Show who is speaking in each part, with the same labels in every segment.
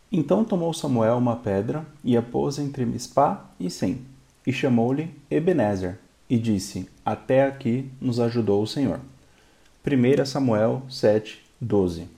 Speaker 1: Então tomou Samuel uma pedra e a pôs entre Mispá e Sem, e chamou-lhe Ebenezer, e disse: Até aqui nos ajudou o Senhor. 1 Samuel 7:12.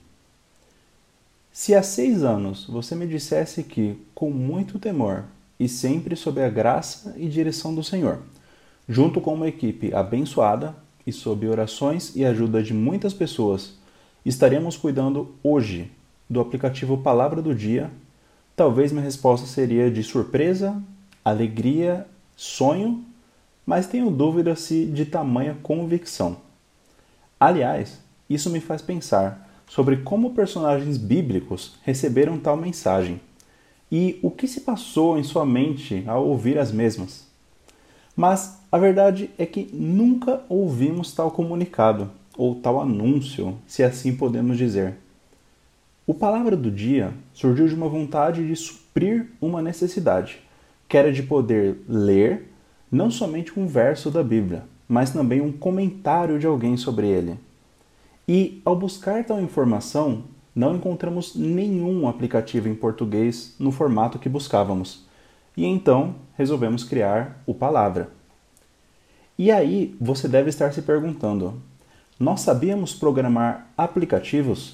Speaker 1: Se há 6 anos você me dissesse que, com muito temor e sempre sob a graça e direção do Senhor, junto com uma equipe abençoada e sob orações e ajuda de muitas pessoas, estaremos cuidando hoje do aplicativo Palavra do Dia, talvez minha resposta seria de surpresa, alegria, sonho, mas tenho dúvida se de tamanha convicção. Aliás, isso me faz pensar sobre como personagens bíblicos receberam tal mensagem e o que se passou em sua mente ao ouvir as mesmas. Mas a verdade é que nunca ouvimos tal comunicado ou tal anúncio, se assim podemos dizer. O Palavra do Dia surgiu de uma vontade de suprir uma necessidade, que era de poder ler não somente um verso da Bíblia, mas também um comentário de alguém sobre ele. E, ao buscar tal informação, não encontramos nenhum aplicativo em português no formato que buscávamos. E então, resolvemos criar o Palavra. E aí, você deve estar se perguntando: nós sabíamos programar aplicativos?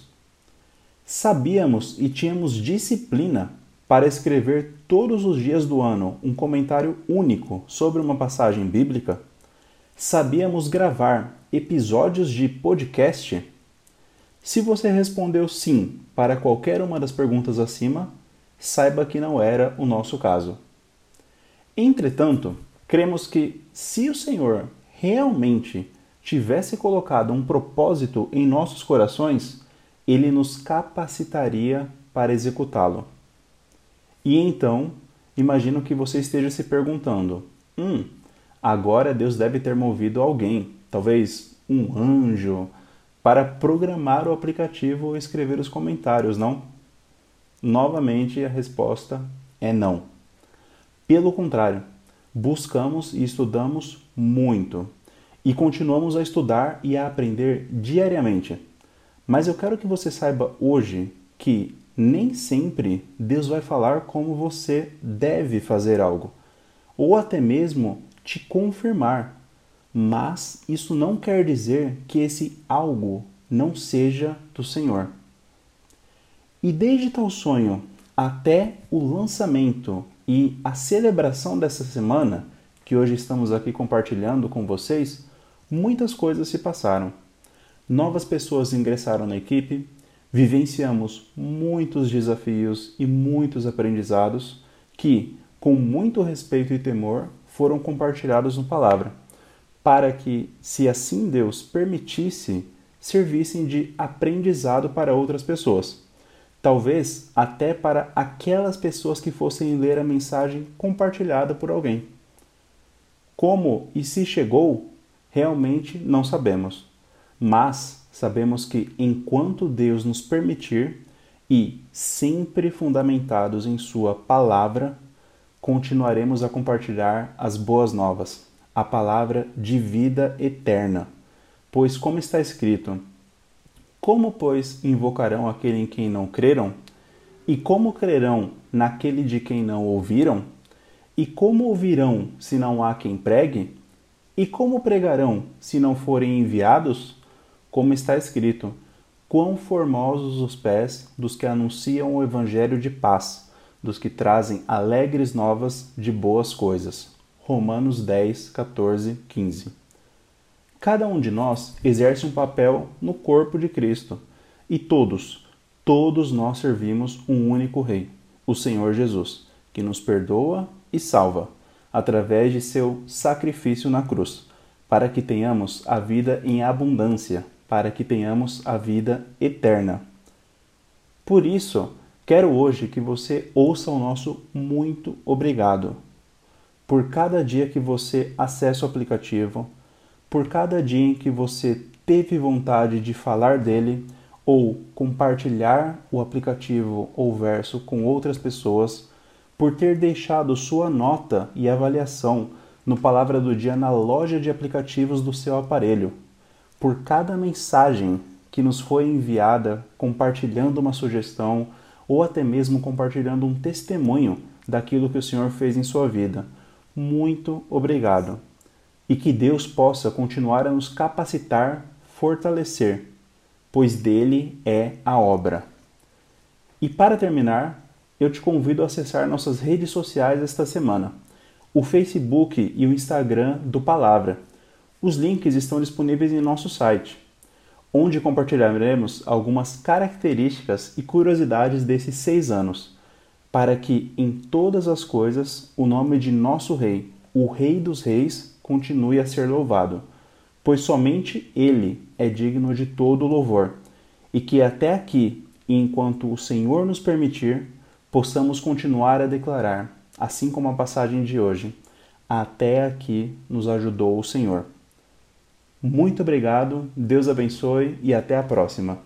Speaker 1: Sabíamos e tínhamos disciplina para escrever todos os dias do ano um comentário único sobre uma passagem bíblica? Sabíamos gravar episódios de podcast? Se você respondeu sim para qualquer uma das perguntas acima, saiba que não era o nosso caso. Entretanto, cremos que, se o Senhor realmente tivesse colocado um propósito em nossos corações, Ele nos capacitaria para executá-lo. E então, imagino que você esteja se perguntando: agora Deus deve ter movido alguém, talvez um anjo, para programar o aplicativo ou escrever os comentários, não? Novamente, a resposta é não. Pelo contrário, buscamos e estudamos muito. E continuamos a estudar e a aprender diariamente. Mas eu quero que você saiba hoje que nem sempre Deus vai falar como você deve fazer algo, ou até mesmo te confirmar. Mas isso não quer dizer que esse algo não seja do Senhor. E desde tal sonho até o lançamento e a celebração dessa semana, que hoje estamos aqui compartilhando com vocês, muitas coisas se passaram. Novas pessoas ingressaram na equipe, vivenciamos muitos desafios e muitos aprendizados que, com muito respeito e temor, foram compartilhados no Palavra, para que, se assim Deus permitisse, servissem de aprendizado para outras pessoas. Talvez até para aquelas pessoas que fossem ler a mensagem compartilhada por alguém. Como e se chegou, realmente não sabemos. Mas sabemos que, enquanto Deus nos permitir, e sempre fundamentados em Sua palavra, continuaremos a compartilhar as boas novas, a palavra de vida eterna. Pois, como está escrito: como, pois, invocarão aquele em quem não creram? E como crerão naquele de quem não ouviram? E como ouvirão se não há quem pregue? E como pregarão se não forem enviados? Como está escrito: quão formosos os pés dos que anunciam o evangelho de paz, dos que trazem alegres novas de boas coisas. Romanos 10, 14, 15. Cada um de nós exerce um papel no corpo de Cristo, e todos nós servimos um único Rei, o Senhor Jesus, que nos perdoa e salva, através de seu sacrifício na cruz, para que tenhamos a vida em abundância, para que tenhamos a vida eterna. Por isso, quero hoje que você ouça o nosso muito obrigado. Por cada dia que você acessa o aplicativo, por cada dia em que você teve vontade de falar dele ou compartilhar o aplicativo ou verso com outras pessoas, por ter deixado sua nota e avaliação no Palavra do Dia na loja de aplicativos do seu aparelho, por cada mensagem que nos foi enviada compartilhando uma sugestão ou até mesmo compartilhando um testemunho daquilo que o Senhor fez em sua vida. Muito obrigado. E que Deus possa continuar a nos capacitar, fortalecer, pois dele é a obra. E para terminar, eu te convido a acessar nossas redes sociais esta semana, o Facebook e o Instagram do Palavra. Os links estão disponíveis em nosso site, onde compartilharemos algumas características e curiosidades desses 6 anos, para que em todas as coisas o nome de nosso Rei, o Rei dos Reis, continue a ser louvado, pois somente Ele é digno de todo louvor, e que até aqui, e enquanto o Senhor nos permitir, possamos continuar a declarar, assim como a passagem de hoje, até aqui nos ajudou o Senhor. Muito obrigado, Deus abençoe e até a próxima.